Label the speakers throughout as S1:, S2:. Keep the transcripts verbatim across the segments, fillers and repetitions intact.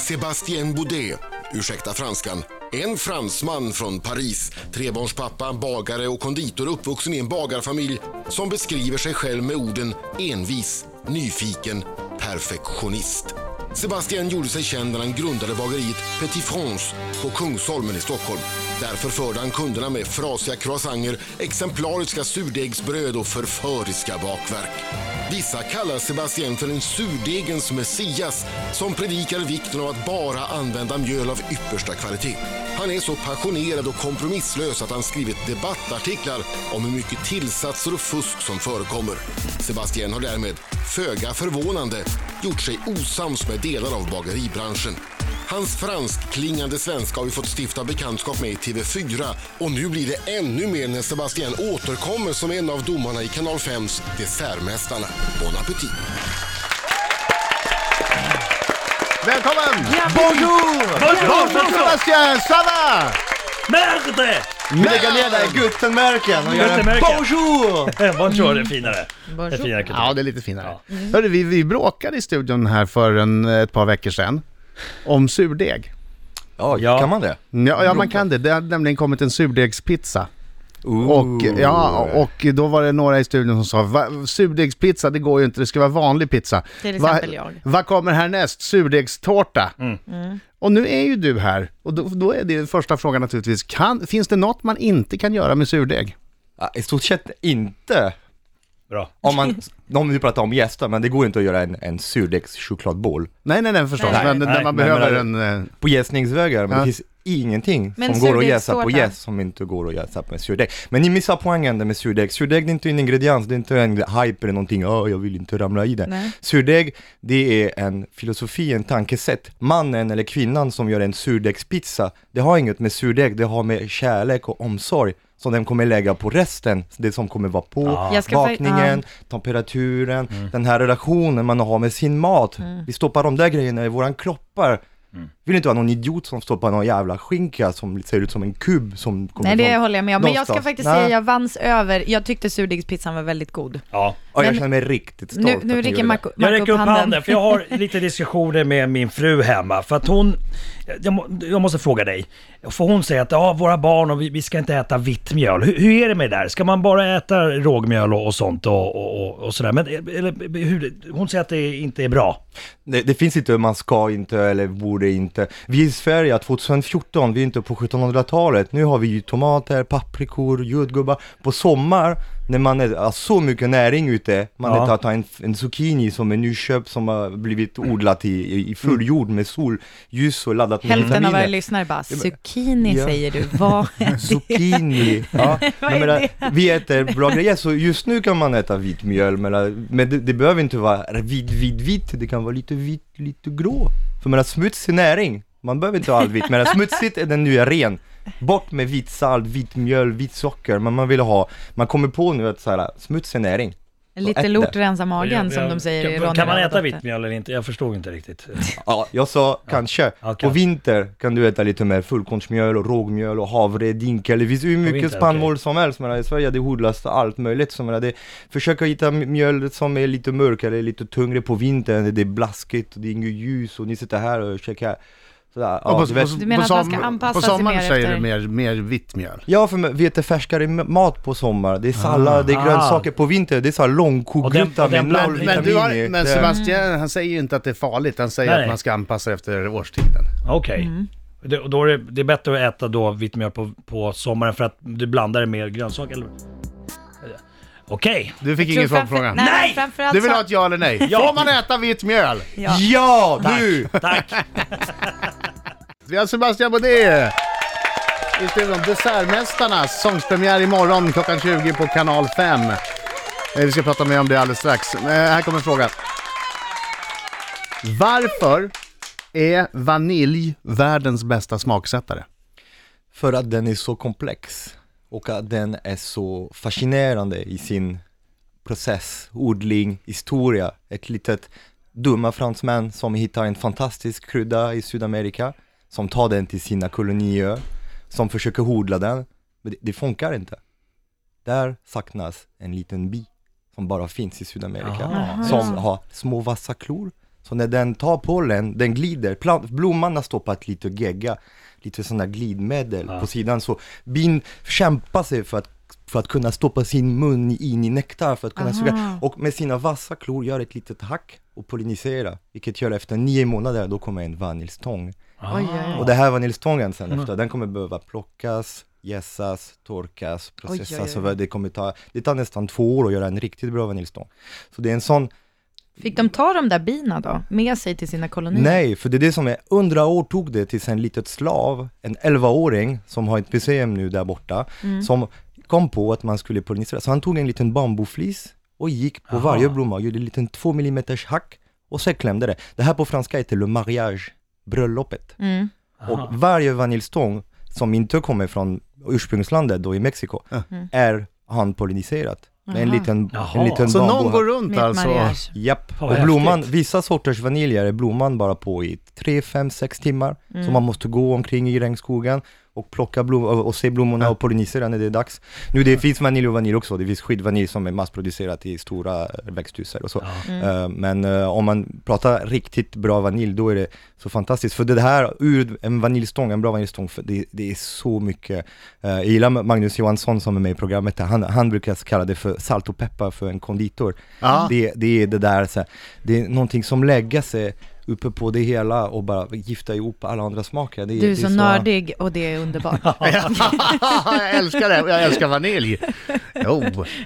S1: Sébastien Baudet, ursäkta franskan, en fransman från Paris, trebarnspappa, bagare och konditor, uppvuxen i en bagarfamilj som beskriver sig själv med orden envis, nyfiken, perfektionist. Sébastien gjorde sig känd när han grundade bageriet Petit France på Kungsholmen i Stockholm. Där förförde han kunderna med frasiga croissanter, exemplariska surdegsbröd och förföriska bakverk. Vissa kallar Sébastien för en surdegens messias som predikar vikten av att bara använda mjöl av yppersta kvalitet. Han är så passionerad och kompromisslös att han skrivit debattartiklar om hur mycket tillsatser och fusk som förekommer. Sébastien har därmed, föga förvånande, gjort sig osams med delar av bageribranschen. Hans franskklingande svenska har vi fått stifta bekantskap med i T V fyra och nu blir det ännu mer när Sébastien återkommer som en av domarna i Kanal fems Dessertmästarna. Bon appétit!
S2: Välkommen!
S3: Ja,
S2: Bonjour! Bonjour Sébastien! Ça va?
S4: Merde!
S2: Vi lägger ner där Guttenmärken och gör en
S4: Guttenmärken.
S2: bonjour!
S4: Bonjour, det är finare. Det är
S3: Bonjour.
S4: finare.
S2: Ja, det är lite finare. Hörru, vi, vi bråkade i studion här för en, ett par veckor sedan om surdeg.
S5: Ja,
S4: Ja.
S5: kan man det?
S2: Ja, ja, man kan det. Det har nämligen kommit en surdegspizza.
S5: Ooh.
S2: Och, ja, och då var det några i studion som sa, Va, surdegspizza, det går ju inte, det ska vara vanlig pizza.
S3: Till
S2: Va,
S3: exempel jag.
S2: vad kommer härnäst? Surdegstårta.
S4: Mm.
S3: Mm.
S2: Och nu är ju du här. Och då, då är det första frågan naturligtvis, kan, finns det något man inte kan göra med surdeg?
S5: Ja, i stort sett inte.
S4: Bra.
S5: Om man, om vi pratar om gäster, men det går inte att göra en, en surdegschokladboll.
S2: Nej, nej, nej, förstås.
S3: Nej,
S2: men
S4: nej,
S2: när man
S5: men-
S2: behöver
S5: men-
S2: en... eh,
S5: På jäsningsvägar, men
S2: Ja.
S5: det finns ingenting
S3: Men
S5: som går att jäsa på
S3: surdegstårta?
S5: jäs som inte går att jäsa med surdeg. Men ni missar poängen där med surdeg. Surdeg det är inte en ingrediens, det är inte en hype eller någonting, ja, jag vill inte ramla i det.
S3: Nej.
S5: Surdeg, det är en filosofi, en tankesätt. Mannen eller kvinnan som gör en surdegspizza, det har inget med surdeg, det har med kärlek och omsorg som den kommer lägga på resten, det som kommer vara på,
S4: Ja.
S3: Jag ska fa-
S5: bakningen, temperaturen, den här relationen man har med sin mat. Vi stoppar de där grejerna i våran kroppar. Vill inte vara någon idiot som stoppar någon jävla skinka som ser ut som en kub som kommer
S3: Nej, det
S5: från
S3: håller jag med om. Men jag ska
S5: någonstans.
S3: faktiskt
S5: Nej.
S3: säga, jag vanns över. Jag tyckte surdegspizzan var väldigt god.
S4: Ja.
S5: Ja, jag
S3: Men-
S5: känner mig riktigt stolt.
S3: Nu,
S5: att
S3: nu
S5: ni
S3: räcker
S5: gjorde
S3: Marco,
S5: det.
S4: Jag
S3: Marco
S4: räcker upp handen för jag har lite diskussioner med min fru hemma. För att hon, jag, må, jag måste fråga dig. För hon säger att ja, våra barn och vi, vi ska inte äta vitt mjöl. Hur, hur är det med det där? Ska man bara äta rågmjöl och, och sånt och, och, och, och sådär? Men eller, hur, hon säger att det inte är bra.
S5: Det, det finns inte, man ska inte eller borde inte. Vi i Sverige tjugohundrafjorton, vi är inte på sjuttonhundratalet. Nu har vi ju tomater, paprikor, jordgubbar. På sommar, när man är, har så mycket näring ute, man
S4: Ja.
S5: ja. tar en, en zucchini som är nyköpt, som har blivit odlat i, i, i full jord med solljus och laddat med
S3: Hälften av
S5: vitaminer.
S3: våra lyssnare bara, zucchini
S5: Ja.
S3: säger du. Vad är det?
S5: Zucchini. Ja,
S3: Vad
S5: men
S3: är
S5: menar,
S3: det?
S5: vi äter bra grejer, så just nu kan man äta vitt mjöl, men, men det, det behöver inte vara vitt, vitt, vitt. Det kan vara lite vitt, lite grå. För man har smutsig näring. Man behöver inte ha allt vitt, men smutsigt är den nya ren. Bort med vitt salt, vitt mjöl, vitt socker. Men man vill ha, man kommer på nu att så här, smutsig näring.
S3: Lite
S5: Ät det.
S3: lort rensa magen
S4: Jag-
S3: som
S4: jag-
S3: de säger i
S4: kan,
S3: Ronny
S4: kan man äta
S3: Rövardotter.
S4: vitt mjöl eller inte? Jag förstod inte riktigt.
S5: Ja, jag sa kanske.
S4: okej.
S5: På vinter kan du äta lite mer fullkornsmjöl och rågmjöl och havre, dinkel. Det finns ju hur mycket
S4: vinter,
S5: spannmål
S4: okej.
S5: som helst. Men i Sverige det odlas allt möjligt. Så, men det, försöka hitta mjöl som är lite mörk eller lite tyngre på vintern. Det är blaskigt och det är inget ljus och ni sitter här och käkar. Sådär, ja,
S2: på,
S5: du vet.
S2: på,
S3: Du menar
S2: på,
S3: att man ska
S2: som-
S3: anpassa
S2: på
S3: sig
S2: sommaren
S3: mer
S2: säger
S3: efter-
S2: du mer, mer vitt mjöl.
S5: Ja, för vi äter färskare mat på sommar. Det är sallad, det är
S4: Ah.
S5: grönsaker på vinter. Det är så här
S4: Och
S5: långkokgryta
S4: den- och
S5: med
S4: den
S5: noll
S4: bland-
S2: Men, du har,
S5: vitaminer.
S2: men
S5: Det-
S2: Sebastian, han säger ju inte att det är farligt. Han säger
S4: Nej.
S2: att man ska anpassa efter årstiden.
S4: Okej.
S3: Mm.
S4: Det, och då är det, det är bättre att äta då vitt mjöl på, på sommaren för att du blandar det med grönsaker eller? Okej.
S2: Du fick
S3: Jag
S2: ingen
S3: tror
S2: svar på
S3: framför-
S2: frågan.
S3: Nej,
S4: Nej!
S3: framförallt
S2: Du vill
S3: så-
S2: ha ett ja eller nej?
S4: Ja.
S2: Får man äta vitt mjöl?
S3: Ja.
S5: Ja,
S4: Tack.
S5: nu!
S4: Tack.
S2: Vi har Sebastian Baudet i studion. Dessertmästarna, sångspremiär imorgon klockan tjugo på Kanal fem. Eh, Vi ska prata mer om det alldeles strax. Eh, Här kommer frågan. Varför är vanilj världens bästa smaksättare?
S5: För att den är så komplex och att den är så fascinerande i sin process, odling, historia. Ett litet dumma fransmän som hittar en fantastisk krydda i Sydamerika, som tar den till sina kolonier, som försöker hodla den, men det, det funkar inte. Där saknas en liten bi som bara finns i Sydamerika,
S4: Aha.
S5: som har små vassa klor, Så när den tar pollen, den glider, plant, blomman har stoppat lite gegga, lite sådana glidmedel ja. på sidan, så bin kämpar sig för att för att kunna stoppa sin mun in i nektar, för att kunna suga. Och med sina vassa klor gör ett litet hack och pollinisera. Vilket gör efter nio månader, då kommer en vaniljstång.
S3: Ah. Oj, oj, oj.
S5: Och det här vaniljstången sen
S4: Mm.
S5: efter, den kommer behöva plockas, jäsas, torkas, processas.
S3: Oj, oj, oj.
S5: Så det kommer ta, det tar nästan två år att göra en riktigt bra vaniljstång. Så det är en sån...
S3: Fick de ta de där bina då, med sig till sina kolonier?
S5: Nej, för det är det som är, hundra år tog det tills en litet slav, en elva-åring som har ett museum nu där borta,
S3: Mm.
S5: som kom på att man skulle pollinisera. Så han tog en liten bambuflis och gick på
S4: Aha.
S5: varje blomma och gjorde en liten två millimeters hack och så klämde det. Det här på franska heter le mariage, bröllopet.
S3: Mm.
S5: Och varje vaniljstång som inte kommer från ursprungslandet då i Mexiko
S3: Mm.
S5: är handpolliniserat. Med en
S3: Aha.
S5: liten,
S4: Jaha.
S5: en liten
S2: Så
S5: bambu.
S2: någon går runt
S3: Med ett
S2: alltså?
S3: mariage.
S5: Japp,
S4: Vad
S5: och
S4: häftigt.
S5: blomman, vissa sorters vaniljer är blomman bara på i tre, fem, sex timmar.
S3: Mm.
S5: Så man måste gå omkring i regnskogen och plocka blom och, och se blommorna
S2: Ja.
S5: och pollinisera när det är dags. Nu det finns vanilj och vanilj också, det finns skidvanilj som är massproducerat i stora växthus och så.
S4: Ja.
S3: Mm.
S5: Uh, men uh, om man pratar riktigt bra vanilj, då är det så fantastiskt. För det här, ur en vaniljstång, en bra vaniljstång, för det, det är så mycket. Uh, jag gillar Magnus Johansson som är med i programmet, han, han brukar kalla det för salt och peppar för en konditor.
S2: Ja.
S5: Det, det är det där, så här, det är någonting som lägger sig uppe på det hela och bara gifta ihop alla andra smaker. Det,
S3: Du är
S5: det
S3: så nördig och det är underbart.
S2: Jag älskar det, jag älskar vanilj. Jo,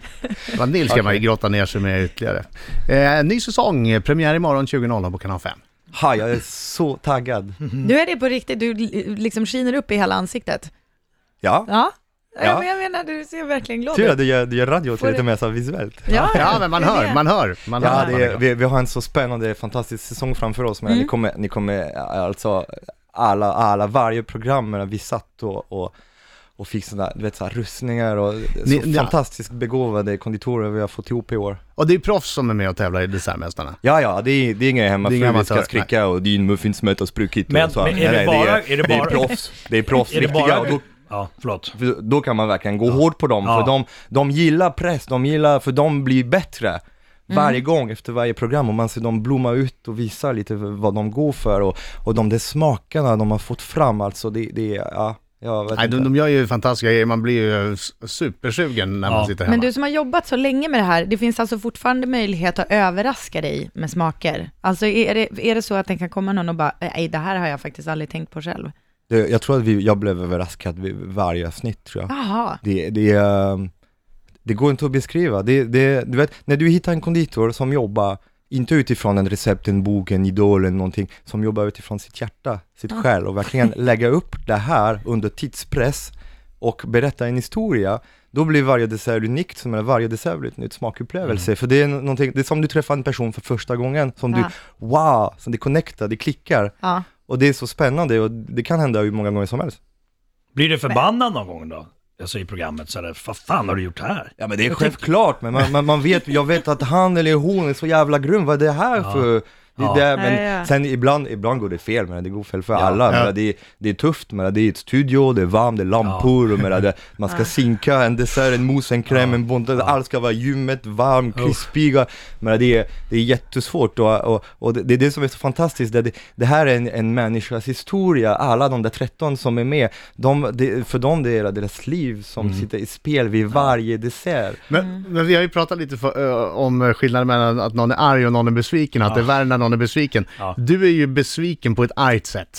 S2: vanilj ska man ju grotta ner sig med ytterligare. Eh, ny säsong, premiär imorgon tjugo noll noll på kanal fem.
S5: Ha, jag är så taggad.
S3: Du är det på riktigt, du liksom skiner upp i hela ansiktet.
S5: Ja,
S3: Ja,
S5: Ja.
S3: ja. men jag menar, du ser verkligen glad
S5: tur att
S3: ut.
S5: du gör, du gör radio
S3: Får
S5: lite
S3: du-
S5: mer så visuellt.
S3: Ja,
S2: Ja, men man
S3: det är
S2: hör,
S3: det.
S2: man hör. Man
S5: Ja,
S2: hör
S5: det är, vi, vi har en så spännande, fantastisk säsong framför oss, men
S3: Mm.
S5: ni kommer, ni kommer alltså alla, alla varje program, men vi satt och, och, och fick sådana, du vet, så här rustningar och
S2: Ni-
S5: så
S2: ja.
S5: fantastiskt begåvade konditorer vi har fått ihop i år.
S2: Och det är proffs som är med och tävlar i Dessertmästarna.
S5: Ja, ja, det är, det är inga hemma
S2: Det är inga
S5: för vi ska
S2: amatörer,
S5: skrika och din muffinsmöt och spruckit
S4: Men-
S5: och så.
S4: men är det
S5: Nej,
S4: bara- är det
S5: det är
S4: bara-
S5: proffs, det är proffs
S4: Är det
S5: riktiga
S4: bara...
S5: och då,
S4: Ja, förlåt.
S5: för då kan man verkligen gå hårt på dem,
S4: Ja.
S5: för de, de gillar press, de gillar, för de blir bättre varje gång efter varje program, och man ser dem blomma ut och visa lite vad de går för, och, och de där smakerna de har fått fram, alltså det, det är, ja, jag vet
S2: Nej,
S5: inte.
S2: de, de gör ju fantastiska grejer, man blir ju s- supersugen när
S4: Ja.
S2: man sitter hemma.
S3: Men du som har jobbat så länge med det här, det finns alltså fortfarande möjlighet att överraska dig med smaker. Alltså är det, är det så att det kan komma någon och bara, nej det här har jag faktiskt aldrig tänkt på själv.
S5: det, jag tror att vi, jag blev överraskad vid varje avsnitt, tror jag.
S3: Jaha.
S5: Det, det, är, det går inte att beskriva. Det, det, du vet, när du hittar en konditor som jobbar inte utifrån en recept, en bok, en idol eller någonting, som jobbar utifrån sitt hjärta, sitt
S3: Ja.
S5: själ, och verkligen lägga upp det här under tidspress och berätta en historia, då blir varje dessert unikt, som är varje dessert blir ett nytt smakupplevelse.
S4: Mm.
S5: För det är någonting, det är som du träffar en person för första gången, som
S3: Ja.
S5: du, wow, som det connectar, det klickar.
S3: Ja.
S5: Och det är så spännande, och det kan hända hur många gånger som helst.
S4: Blir du förbannad någon gång då? Alltså i programmet så är det, vad fan har du gjort här?
S5: Ja, men det är självklart, men man, man, man vet, jag vet att han eller hon är så jävla grym, vad är det här
S4: Ja.
S5: för... Det är
S4: Ja.
S5: det, men
S3: Ja, ja.
S5: sen ibland, ibland går det fel, men det går fel för
S4: Ja.
S5: alla.
S2: Ja.
S5: Men det, är, det är tufft, men det är ett studio, det är varmt, det är lampor, och men det, man ska
S3: Ja.
S5: sinka en dessert, en mousse, en crème,
S4: Ja.
S5: en bonde,
S4: Ja.
S5: allt ska vara ljummet, varm,
S4: Uff.
S5: krispiga. Men det är, det är jättesvårt, och, och, och det, det är det som är så fantastiskt. Det, det här är en, en människas historia, alla de där tretton som är med, de, det, för dem det är deras liv som
S4: Mm.
S5: sitter i spel vid varje dessert.
S2: Men, men vi har ju pratat lite för, ö, om skillnaden mellan att någon är arg och någon är besviken, att
S4: Ja.
S2: det är värre när någon är besviken.
S4: Ja.
S2: Du är ju besviken på ett argt sätt.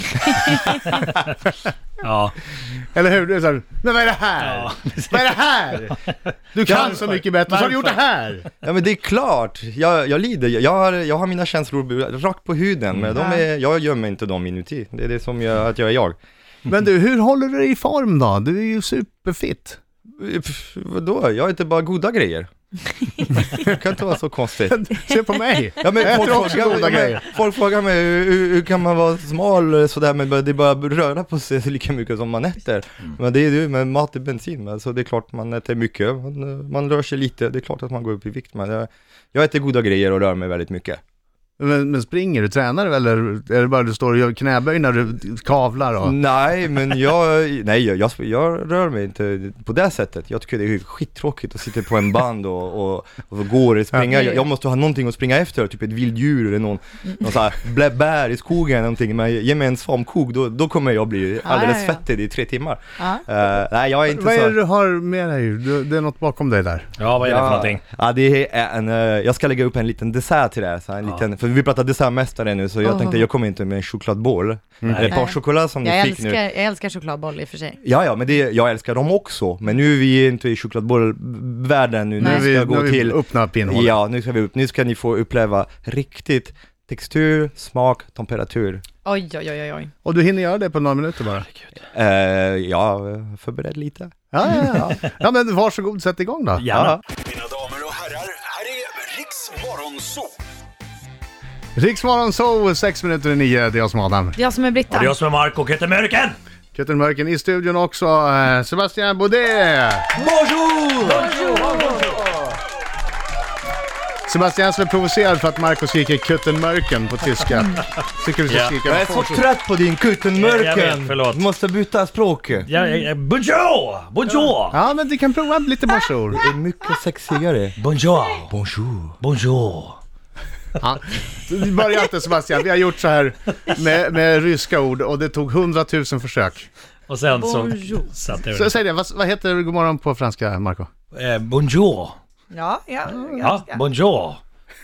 S4: Ja,
S2: Eller hur? Du är så här, men vad är det här?
S4: ja.
S2: Vad är det här? Du kan
S5: Ja,
S2: så mycket bättre, så har du gjort det här?
S5: Ja, men det är klart, jag, jag lider, jag har, jag har mina känslor rakt på huden, men de är, jag gömmer inte dem inuti, det är det som gör att jag är jag.
S2: Men du, hur håller du dig i form då? Du är ju superfit.
S5: Pff, vadå? Jag äter bara goda grejer. Det kan inte vara så konstigt.
S2: Se på mig.
S5: Ja, men
S2: Jag
S5: folk,
S2: äter också
S5: frågar,
S2: goda
S5: mig,
S2: grejer.
S5: folk frågar mig hur, hur kan man vara smal sådär, men det är bara att röra på sig lika mycket som man äter. Men det är ju med mat och bensin, men så det är klart man äter mycket, man, man rör sig lite, det är klart att man går upp i vikt, men jag, jag äter goda grejer och rör mig väldigt mycket.
S2: Men, men springer du, tränar du eller är det bara du står och gör knäböj när du kavlar? Och...
S5: Nej, men jag, nej, jag, jag, jag rör mig inte på det sättet. Jag tycker det är skittråkigt att sitta på en band och, och, och gå och springa. Jag, jag måste ha någonting att springa efter, typ ett vilddjur eller någon, någon så här bläbbär i skogen eller någonting. Men ge mig en svamkog, då, då kommer jag bli alldeles
S3: ja, ja.
S5: svettig i tre timmar.
S3: Ja.
S5: Uh, nej, jag är inte
S2: vad
S5: så...
S2: är det du har med dig? Du, det är något bakom dig där.
S4: Ja, vad är det för någonting?
S5: Ja, det är en, uh, jag ska lägga upp en liten dessert till det här, så en
S4: Ja.
S5: liten, för vi pratar dessertmästare nu, så jag
S3: Oh.
S5: tänkte jag kommer inte med en chokladboll.
S2: Mm.
S5: Eller ett par choklad som
S3: Jag
S5: du fick
S3: älskar,
S5: nu.
S3: jag älskar chokladboll i och för sig.
S5: Ja, ja, men det, jag älskar dem också. Men nu är vi inte i chokladbollvärlden nu.
S3: Nej.
S5: Nu ska
S2: Vi,
S5: jag
S2: nu har
S5: gå
S2: vi
S5: till...
S2: öppnat pinnhålet.
S5: Ja, nu ska vi upp. Nu ska ni få uppleva riktigt textur, smak, temperatur.
S3: Oj, oj, oj, oj.
S2: Och du hinner göra det på några minuter bara.
S5: Uh, ja, förbered lite.
S2: Ja, ja, ja. Ja, men varsågod, sätt igång då.
S4: Gärna.
S5: Ja.
S6: Mina damer och herrar, här är Riks Morgonzoo.
S2: Riksmorgon så sex minuter i nio, det är jag som Adam.
S3: Det är jag som är
S4: Och
S3: Britta.
S4: det är jag som är Marco Kettemörken!
S2: Kutten Mörken i studion också, eh, Sebastian Baudet.
S5: Bonjour!
S2: Sebastian som är provocerad för att Marco skriker Kutten Mörken på tyska. Tycker du ska
S4: Ja.
S2: skrika
S5: Jag är så trött på din kuttenmörken.
S4: Jag vet, förlåt.
S5: Du måste byta språk. Det
S4: Ja, ja, ja, bonjour! Bonjour!
S2: Ja, men du kan prova lite bonjour.
S5: är mycket sexigare.
S4: Bonjour!
S5: Bonjour.
S4: Bonjour!
S2: Ja. Börja inte Sebastian, vi har gjort så här med, med ryska ord och det tog hundratusen försök.
S4: Och sen så
S3: Bonjour.
S4: satte jag
S2: Så
S4: det.
S2: säg det, vad, vad heter god morgon på franska, Marco?
S4: Eh, bonjour!
S3: Ja, ja.
S4: Ja, bonjour!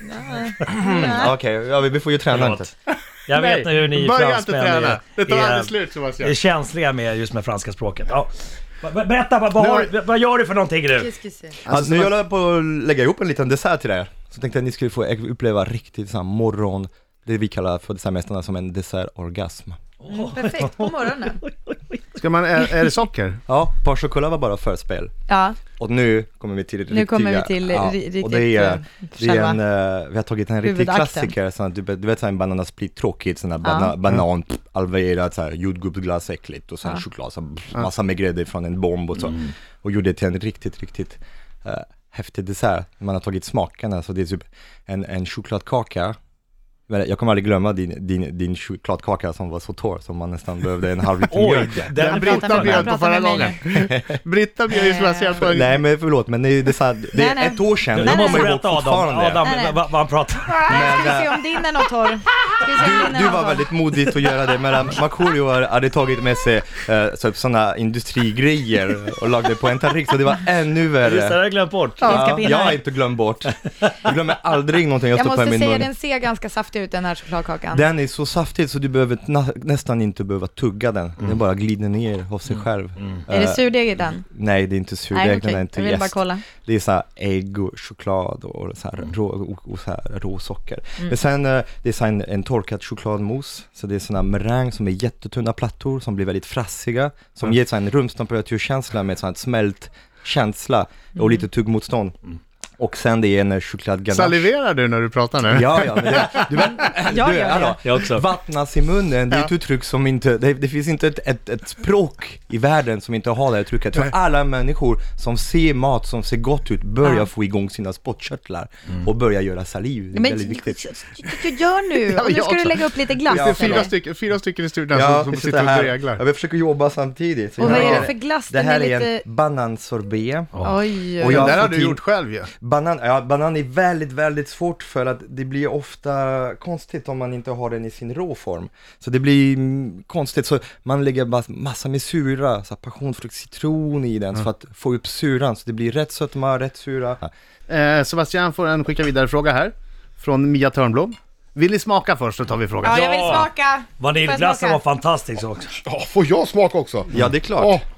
S5: Okej, ja, vi får ju träna
S4: Förlåt.
S5: inte.
S4: Jag vet
S2: Nej,
S4: hur ni
S2: börja
S4: fransmän
S2: inte träna.
S4: är,
S2: Det tar aldrig
S4: är,
S2: slut Sebastian.
S4: är känsliga med just med franska språket. Ja. Ber- Berätta, vad, vad,
S2: Nu-
S4: har, vad gör du för någonting nu?
S3: Qu'est-ce que c'est?
S5: Alltså, nu håller jag på att lägga ihop en liten dessert till er. Så tänkte jag att ni skulle få uppleva riktigt så här morgon, det vi kallar för dessertmästarna som en dessertorgasm.
S3: Mm, perfekt, på morgonen.
S2: Ska man, är, är det socker?
S5: Ja, par choklad var bara förspel.
S3: Ja,
S5: Och nu kommer vi till det
S3: nu
S5: riktiga.
S3: kommer vi till
S5: ja,
S3: ri- riktigt
S5: och det är,
S3: eh,
S5: det är
S3: själva.
S5: en, uh, vi har tagit en riktig
S3: huvudakten.
S5: klassiker, sån, du, du vet såhär en bananasplit tråkigt, sån här
S3: Ja.
S5: bana, banan, pff, alverat såhär, jordgubbsglass äckligt och sen
S3: Ja.
S5: choklad, så, pff, massa med grädde från en bomb och så. Och gjorde det till en riktigt, riktigt uh, häftig dessert. Man har tagit smakerna, så det är typ en, en chokladkaka. Men jag kommer aldrig glömma din, din, din chokladkaka som var så torr som man nästan behövde en halv liter
S4: Oj,
S5: mjölk.
S4: den,
S2: Den
S3: Han
S2: Britta
S3: pratar med-
S2: bjöd
S3: han
S2: på
S3: pratar
S2: förra
S3: med mig
S2: gången.
S3: nu.
S2: Britta bjöd ju Sebastian på en...
S5: Nej men förlåt, men det, är- det, är så här, det
S3: Nej,
S5: är
S3: nej.
S5: ett år sedan,
S4: Nu
S3: Nej,
S5: jag
S3: nej,
S4: måste
S5: kommer
S4: du
S5: ihåg
S4: berätta Adam,
S5: fortfarande.
S4: Adam
S3: Nej, nej.
S4: vad, vad han pratar.
S3: Nej, ska vi se om din är något torr. Ska vi se om din är
S5: Du
S3: något
S5: var
S3: torr.
S5: väldigt modigt att göra det, men Markoolio hade tagit med sig uh, så, sådana industrigrejer och lagde på en tallrik, så det var ännu
S4: Just det,
S5: värre.
S4: har jag glömt bort.
S3: Finska
S5: Ja,
S3: pinnar.
S5: jag har inte glömt bort. Jag glömmer aldrig någonting jag
S3: Jag
S5: stoppar i
S3: måste
S5: min
S3: säga,
S5: mun.
S3: den ser ganska saftig ut den här chokladkakan.
S5: Den är så saftig så du behöver na- nästan inte behöva tugga den. Den bara glider ner av sig själv.
S3: Är det
S5: Eh,
S3: surdeg i den?
S5: Nej, det är inte
S3: Nej,
S5: surdeg,
S3: okej.
S5: den är inte
S3: Jag vill bara
S5: jäst.
S3: kolla.
S5: Det är så här ägg och choklad och så här, rå, och, och så här råsocker.
S3: Mm.
S5: Men sen eh, det är så här en, en torkad chokladmousse. Så det är såna meringue som är jättetunna plattor som blir väldigt frassiga. Som ger så här en rumstemperaturkänsla med så här smält känsla
S3: Mm.
S5: och lite tuggmotstånd. Och sen det är en chokladganache.
S2: Saliverar du när du pratar nu?
S5: Ja, ja, men det, du vet,
S3: Ja,
S5: du,
S3: ja, ja.
S5: hallå,
S4: Jag också.
S5: vattnas i munnen, det är ett
S2: Ja.
S5: uttryck som inte, det, det finns inte ett, ett, ett språk i världen som inte har det uttrycket. För
S2: Nej.
S5: alla människor som ser mat som ser gott ut börjar
S3: Ja.
S5: få igång sina spottkörtlar och börjar göra saliv. Det är
S3: Men
S5: väldigt viktigt.
S3: du gör nu,
S2: Ja,
S3: och nu
S2: jag
S3: ska du
S2: också.
S3: lägga upp lite glass.
S2: Det är fyra
S3: eller?
S2: stycken, fyra stycken i studion
S5: Ja,
S2: som, som
S5: vi
S2: sitter
S5: sitter
S2: och
S5: här.
S2: dreglar.
S5: Ja, vi försöker jobba samtidigt. Så
S3: Och vad
S5: jag-
S3: är det för glass?
S5: Det
S3: Den
S5: här
S3: är
S5: är
S3: lite...
S5: en banansorbet.
S3: Oj, oj,
S5: Och
S3: oj.
S5: jag-
S2: Den där har
S5: fått
S2: du
S5: in-
S2: gjort själv ju.
S5: Banan, ja, banan är väldigt, väldigt svårt för att det blir ofta konstigt om man inte har den i sin råform. Så det blir mm, konstigt, så man lägger bara massa med sura, så här passionfrukt, citron i den för att få upp suran, så det blir rätt sötma, rätt sura.
S2: Eh, Sebastian får en skicka vidare fråga här från Mia Törnblom. Vill ni smaka först så tar vi frågan.
S3: Ja, jag vill
S4: Ja.
S3: smaka. Får jag
S4: Vaniljglassen
S3: smaka?
S4: var fantastisk också.
S1: Ja, får jag smaka också?
S5: Ja, det är klart.
S1: Åh,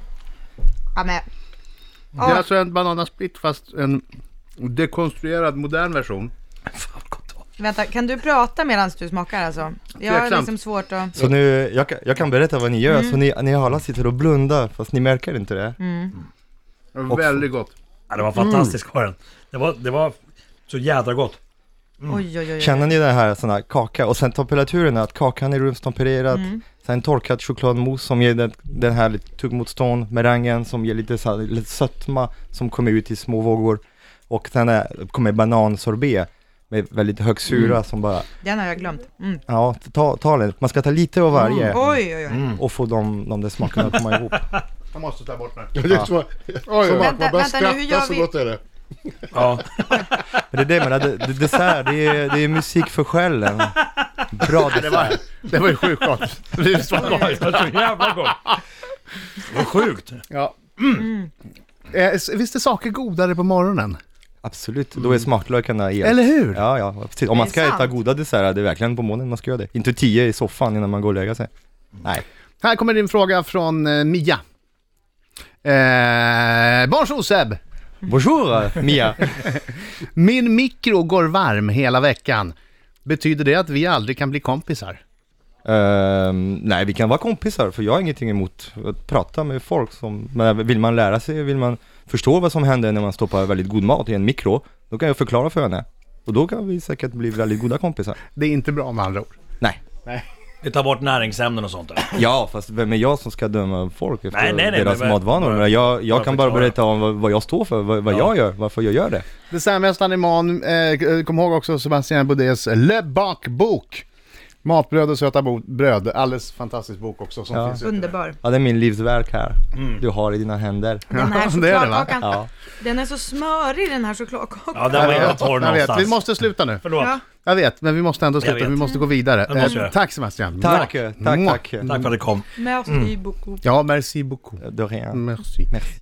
S3: Ja, men.
S2: Det är alltså en bananasplit fast en dekonstruerad modern version.
S4: Fan, vad gott det var.
S3: Vänta, kan du prata medan du smakar alltså? Jag har
S2: Tveksamt.
S3: liksom svårt att...
S5: Så nu, jag kan, jag kan berätta vad ni gör,
S3: Mm.
S5: så ni, ni alla sitter och blundar, fast ni märker inte det.
S2: Det var väldigt gott.
S4: Ja, det var fantastiskt var den. Det var, det var så jädra gott.
S3: Oj, oj, oj, oj.
S5: Känner ni det här sån här kaka, och sen temperaturen, att kakan är rumstempererad,
S3: Mm.
S5: sen torkad chokladmousse som ger den, den här lite tuggmotstånd, merangen som ger lite, så här, lite sötma som kommer ut i små vågor, och sen är, kommer banansorbet med väldigt hög syra
S2: Mm.
S5: som bara,
S3: Den har jag glömt. Mm.
S5: ja, ta, ta det. Man ska ta lite av varje
S3: Oj, oj, oj.
S4: Mm.
S5: och få de, de där smakerna att komma ihop.
S2: Jag måste ta bort den.
S1: Det är så, oj, oj,
S3: Vänta,
S1: man bara
S3: vänta nu, hur gör
S1: skrattar så
S3: vi?
S1: gott är det.
S4: Ja.
S5: Men det är det, men det, det, dessert, det är, det är musik för själen. Bra
S2: Det var,
S5: dessert.
S2: det var ju sjukt gott. Visst var det gott?
S4: Det var så jävla gott. Vad sjukt.
S2: Ja. Mm. Eh, visst är saker godare på morgonen?
S5: Absolut, då är smaklökarna helt.
S2: Eller hur?
S5: Ja, ja, precis. Om man
S3: Det är
S5: ska äta
S3: sant.
S5: goda desserter, det är verkligen på morgonen man ska göra det. Inte tio i soffan innan man går och lägga sig. Nej.
S2: Här kommer din fråga från eh, Mia. Eh, Bonjour Seb!
S5: Bonjour, Mia.
S2: Min mikro går varm hela veckan. Betyder det att vi aldrig kan bli kompisar?
S5: Ehm, nej, vi kan vara kompisar, för jag har ingenting emot att prata med folk som, men vill man lära sig, vill man förstå vad som händer när man stoppar väldigt god mat i en mikro, då kan jag förklara för henne. Och då kan vi säkert bli väldigt goda kompisar.
S2: Det är inte bra med andra ord.
S5: Nej.
S4: Vi tar bort näringsämnen och sånt där.
S5: Ja, fast vem är jag som ska döma folk efter
S4: Nej, nej, nej,
S5: deras
S4: men-
S5: matvanor?
S4: bara-
S5: Men jag, jag
S4: bara
S5: kan bara
S4: förklara.
S5: berätta om vad, vad jag står för, vad, vad
S4: Ja.
S5: jag gör, varför jag gör det.
S2: Dessertmästaren Iman, eh, kom ihåg också Sebastian Baudets Le Bac-bok. Matbröd och söta bo- bröd. Alldeles fantastisk bok också som
S5: Ja.
S2: finns ute.
S3: Underbar.
S5: Ja, det är min livsverk här. Du har i dina händer.
S3: Den här
S2: Ja, det är det, va?
S3: chokladkakan,
S5: Ja.
S3: den är så smörig den här chokladkakan.
S4: Ja, den var
S2: Jag
S4: helt
S2: vet,
S4: torr
S2: jag vet.
S4: någonstans.
S2: Vi måste sluta nu.
S4: Förlåt.
S3: Ja.
S2: Jag vet, men vi måste ändå
S4: Jag
S2: sluta.
S4: vet.
S2: Vi måste gå vidare.
S4: Det måste vi
S2: Eh,
S4: göra.
S2: tack Sebastian.
S5: Tack,
S2: Mwah.
S5: tack,
S2: Mwah.
S5: tack.
S4: Tack för att du kom.
S3: Merci beaucoup.
S2: Ja, merci beaucoup.
S5: De rien.
S2: Merci.
S5: Merci.